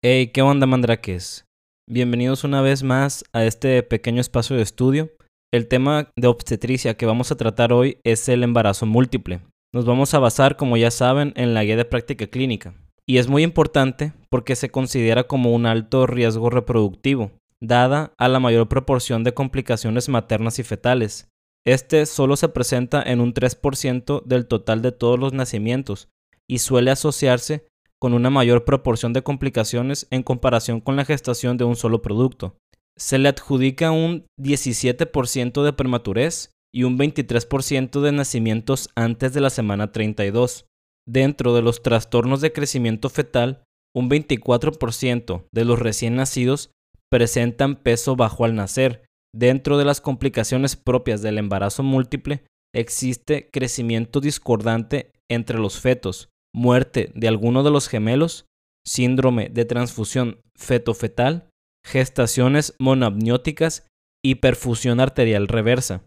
Hey, ¿qué onda, mandrakes? Bienvenidos una vez más a este pequeño espacio de estudio. El tema de obstetricia que vamos a tratar hoy es el embarazo múltiple. Nos vamos a basar, como ya saben, en la guía de práctica clínica. Y es muy importante porque se considera como un alto riesgo reproductivo, dada a la mayor proporción de complicaciones maternas y fetales. Este solo se presenta en un 3% del total de todos los nacimientos y suele asociarse con una mayor proporción de complicaciones en comparación con la gestación de un solo producto. Se le adjudica un 17% de prematurez y un 23% de nacimientos antes de la semana 32. Dentro de los trastornos de crecimiento fetal, un 24% de los recién nacidos presentan peso bajo al nacer. Dentro de las complicaciones propias del embarazo múltiple, existe crecimiento discordante entre los fetos, muerte de alguno de los gemelos, síndrome de transfusión feto-fetal, gestaciones monoamnióticas y perfusión arterial reversa.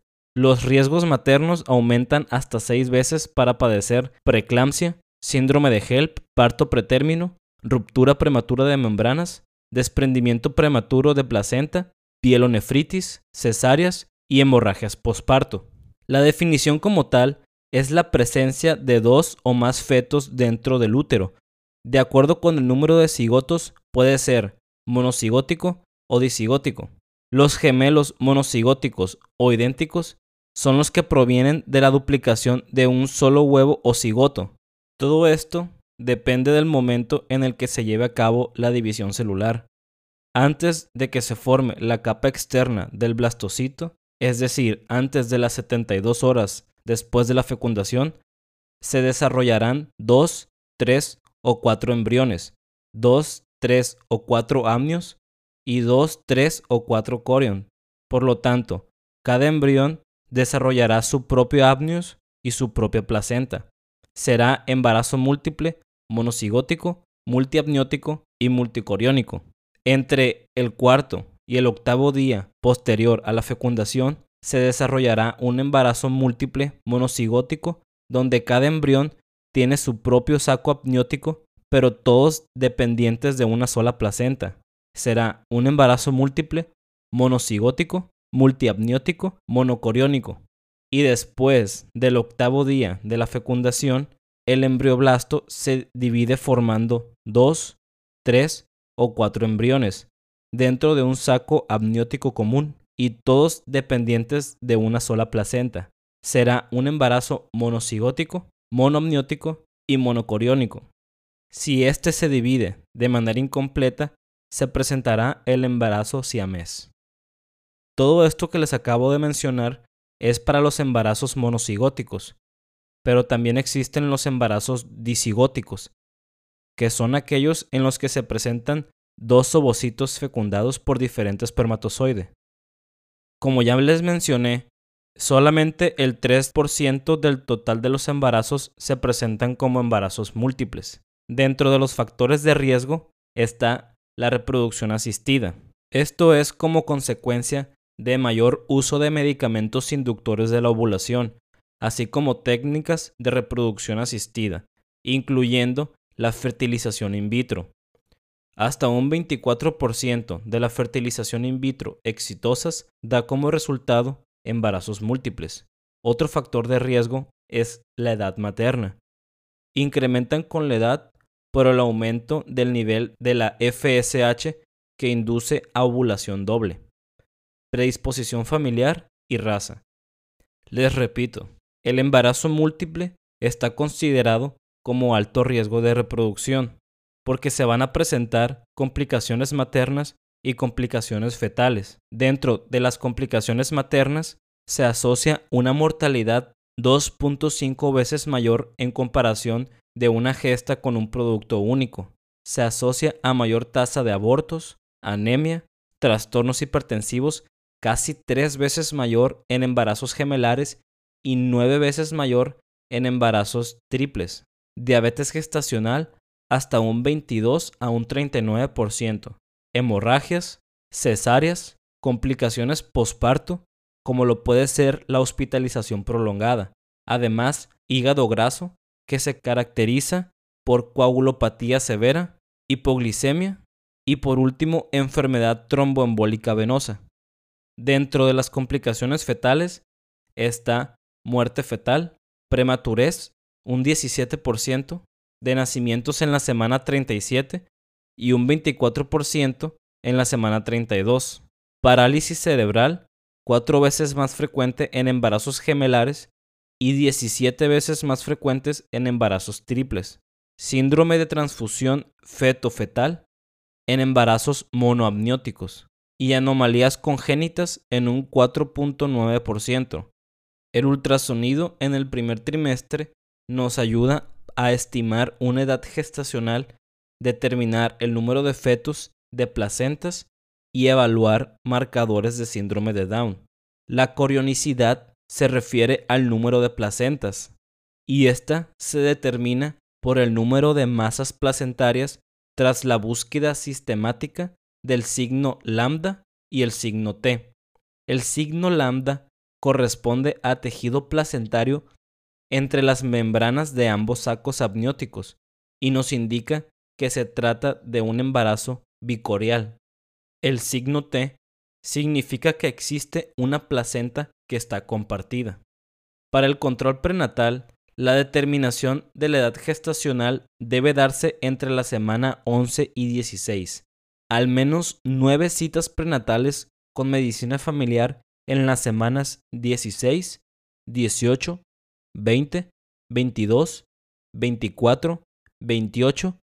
Los riesgos maternos aumentan hasta 6 veces para padecer preeclampsia, síndrome de HELP, parto pretérmino, ruptura prematura de membranas, desprendimiento prematuro de placenta, pielonefritis, cesáreas y hemorragias posparto. La definición como tal es la presencia de 2 o más fetos dentro del útero. De acuerdo con el número de cigotos, puede ser monocigótico o disigótico. Los gemelos monocigóticos o idénticos son los que provienen de la duplicación de un solo huevo o cigoto. Todo esto depende del momento en el que se lleve a cabo la división celular. Antes de que se forme la capa externa del blastocito, es decir, antes de las 72 horas después de la fecundación, se desarrollarán 2, 3 o 4 embriones, 2, 3 o 4 amnios y 2, 3 o 4 corion. Por lo tanto, cada embrión desarrollará su propio amnios y su propia placenta. Será embarazo múltiple, monocigótico, multiamniótico y multicoriónico. Entre el cuarto y el octavo día posterior a la fecundación, se desarrollará un embarazo múltiple monocigótico donde cada embrión tiene su propio saco amniótico, pero todos dependientes de una sola placenta. Será un embarazo múltiple monocigótico, multiamniótico, monocoriónico. Y después del octavo día de la fecundación, el embrioblasto se divide formando 2, 3 o 4 embriones dentro de un saco amniótico común y todos dependientes de una sola placenta. Será un embarazo monocigótico, monoamniótico y monocoriónico. Si este se divide de manera incompleta, se presentará el embarazo siamés. Todo esto que les acabo de mencionar es para los embarazos monocigóticos, pero también existen los embarazos disigóticos, que son aquellos en los que se presentan 2 ovocitos fecundados por diferentes espermatozoides. Como ya les mencioné, solamente el 3% del total de los embarazos se presentan como embarazos múltiples. Dentro de los factores de riesgo está la reproducción asistida. Esto es como consecuencia de mayor uso de medicamentos inductores de la ovulación, así como técnicas de reproducción asistida, incluyendo la fertilización in vitro. Hasta un 24% de la fertilización in vitro exitosas da como resultado embarazos múltiples. Otro factor de riesgo es la edad materna. Incrementan con la edad por el aumento del nivel de la FSH que induce a ovulación doble, predisposición familiar y raza. Les repito, el embarazo múltiple está considerado como alto riesgo de reproducción, porque se van a presentar complicaciones maternas y complicaciones fetales. Dentro de las complicaciones maternas se asocia una mortalidad 2.5 veces mayor en comparación de una gesta con un producto único. Se asocia a mayor tasa de abortos, anemia, trastornos hipertensivos, casi 3 veces mayor en embarazos gemelares y 9 veces mayor en embarazos triples. Diabetes gestacional hasta un 22 a un 39%. Hemorragias, cesáreas, complicaciones posparto, como lo puede ser la hospitalización prolongada. Además, hígado graso, que se caracteriza por coagulopatía severa, hipoglicemia y por último enfermedad tromboembólica venosa. Dentro de las complicaciones fetales está muerte fetal, prematurez, un 17%, de nacimientos en la semana 37 y un 24% en la semana 32. Parálisis cerebral, 4 veces más frecuente en embarazos gemelares y 17 veces más frecuentes en embarazos triples. Síndrome de transfusión feto-fetal en embarazos monoamnióticos y anomalías congénitas en un 4.9%. El ultrasonido en el primer trimestre nos ayuda a estimar una edad gestacional, determinar el número de fetos, de placentas y evaluar marcadores de síndrome de Down. La corionicidad se refiere al número de placentas y esta se determina por el número de masas placentarias tras la búsqueda sistemática del signo lambda y el signo T. El signo lambda corresponde a tejido placentario entre las membranas de ambos sacos amnióticos y nos indica que se trata de un embarazo bicorial. El signo T significa que existe una placenta que está compartida. Para el control prenatal, la determinación de la edad gestacional debe darse entre la semana 11 y 16. Al menos 9 citas prenatales con medicina familiar en las semanas 16, 18, 20, 22, 24, 28,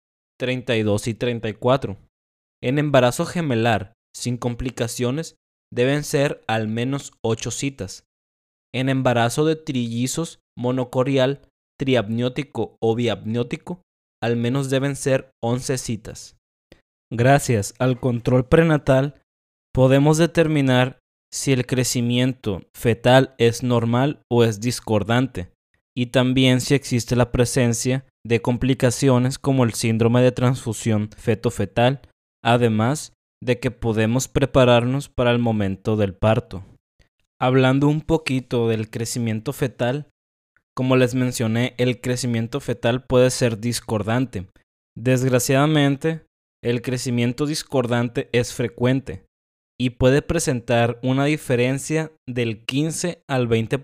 32 y 34. En embarazo gemelar sin complicaciones deben ser al menos 8 citas. En embarazo de trillizos monocorial, triamniótico o biamniótico, al menos deben ser 11 citas. Gracias al control prenatal, podemos determinar si el crecimiento fetal es normal o es discordante, y también si existe la presencia de complicaciones como el síndrome de transfusión feto-fetal, además de que podemos prepararnos para el momento del parto. Hablando un poquito del crecimiento fetal, como les mencioné, el crecimiento fetal puede ser discordante. Desgraciadamente, el crecimiento discordante es frecuente y puede presentar una diferencia del 15 al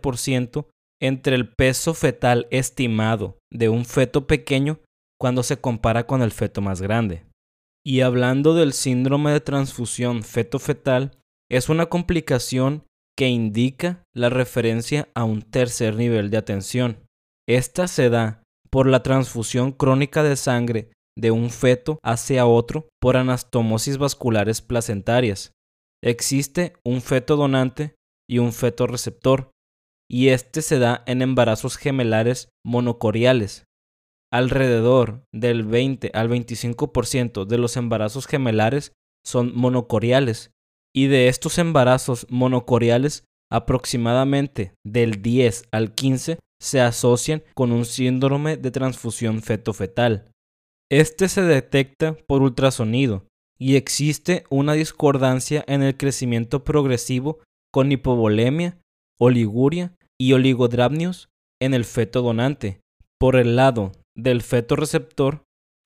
20% entre el peso fetal estimado de un feto pequeño cuando se compara con el feto más grande. Y hablando del síndrome de transfusión feto-fetal, es una complicación que indica la referencia a un tercer nivel de atención. Esta se da por la transfusión crónica de sangre de un feto hacia otro por anastomosis vasculares placentarias. Existe un feto donante y un feto receptor, y este se da en embarazos gemelares monocoriales. Alrededor del 20 al 25% de los embarazos gemelares son monocoriales, y de estos embarazos monocoriales, aproximadamente del 10 al 15 se asocian con un síndrome de transfusión feto-fetal. Este se detecta por ultrasonido y existe una discordancia en el crecimiento progresivo con hipovolemia, oliguria y oligodramnios en el feto donante. Por el lado del feto receptor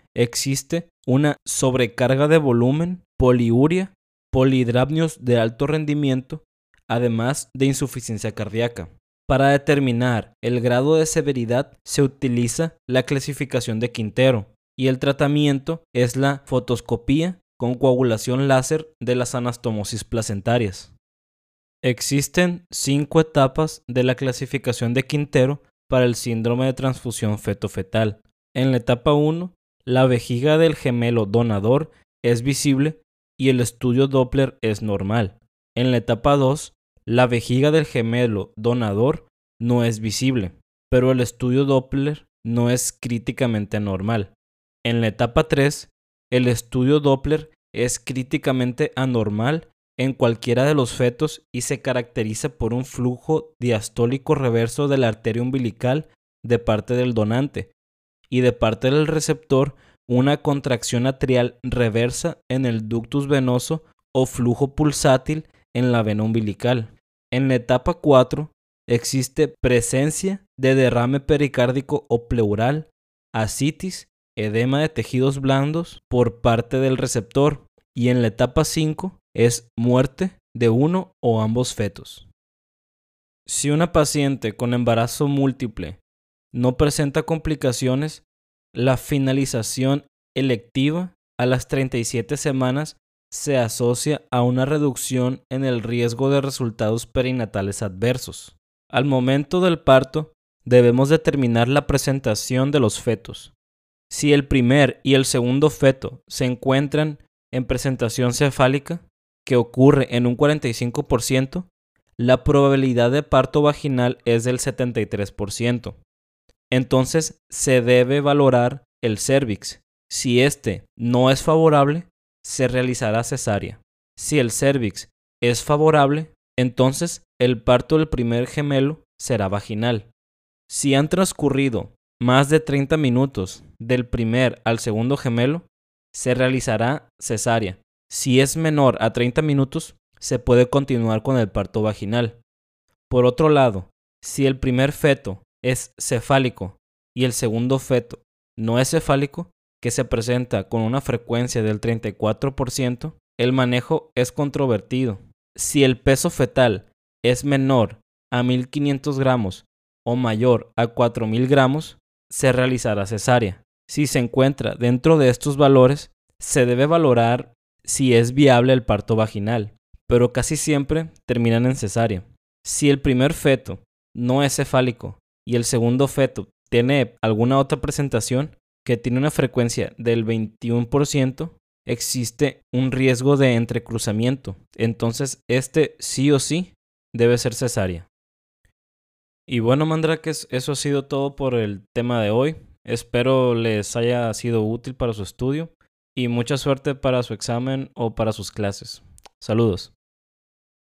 existe una sobrecarga de volumen, poliuria, polidramnios de alto rendimiento, además de insuficiencia cardíaca. Para determinar el grado de severidad se utiliza la clasificación de Quintero y el tratamiento es la fotoscopía con coagulación láser de las anastomosis placentarias. Existen 5 etapas de la clasificación de Quintero para el síndrome de transfusión feto-fetal. En la etapa 1, la vejiga del gemelo donador es visible y el estudio Doppler es normal. En la etapa 2, la vejiga del gemelo donador no es visible, pero el estudio Doppler no es críticamente anormal. En la etapa 3, el estudio Doppler es críticamente anormal en cualquiera de los fetos y se caracteriza por un flujo diastólico reverso de la arteria umbilical de parte del donante y de parte del receptor una contracción atrial reversa en el ductus venoso o flujo pulsátil en la vena umbilical. En la etapa 4 existe presencia de derrame pericárdico o pleural, ascitis edema de tejidos blandos por parte del receptor, y en la etapa 5 es muerte de uno o ambos fetos. Si una paciente con embarazo múltiple no presenta complicaciones, la finalización electiva a las 37 semanas se asocia a una reducción en el riesgo de resultados perinatales adversos. Al momento del parto, debemos determinar la presentación de los fetos. Si el primer y el segundo feto se encuentran en presentación cefálica, que ocurre en un 45%, la probabilidad de parto vaginal es del 73%. Entonces se debe valorar el cérvix. Si este no es favorable, se realizará cesárea. Si el cérvix es favorable, entonces el parto del primer gemelo será vaginal. Si han transcurrido más de 30 minutos del primer al segundo gemelo, se realizará cesárea. Si es menor a 30 minutos, se puede continuar con el parto vaginal. Por otro lado, si el primer feto es cefálico y el segundo feto no es cefálico, que se presenta con una frecuencia del 34%, el manejo es controvertido. Si el peso fetal es menor a 1.500 gramos o mayor a 4.000 gramos, se realizará cesárea. Si se encuentra dentro de estos valores, se debe valorar si es viable el parto vaginal, pero casi siempre terminan en cesárea. Si el primer feto no es cefálico y el segundo feto tiene alguna otra presentación que tiene una frecuencia del 21%, existe un riesgo de entrecruzamiento. Entonces, sí o sí debe ser cesárea. Y bueno, mandrakes, eso ha sido todo por el tema de hoy. Espero les haya sido útil para su estudio y mucha suerte para su examen o para sus clases. Saludos.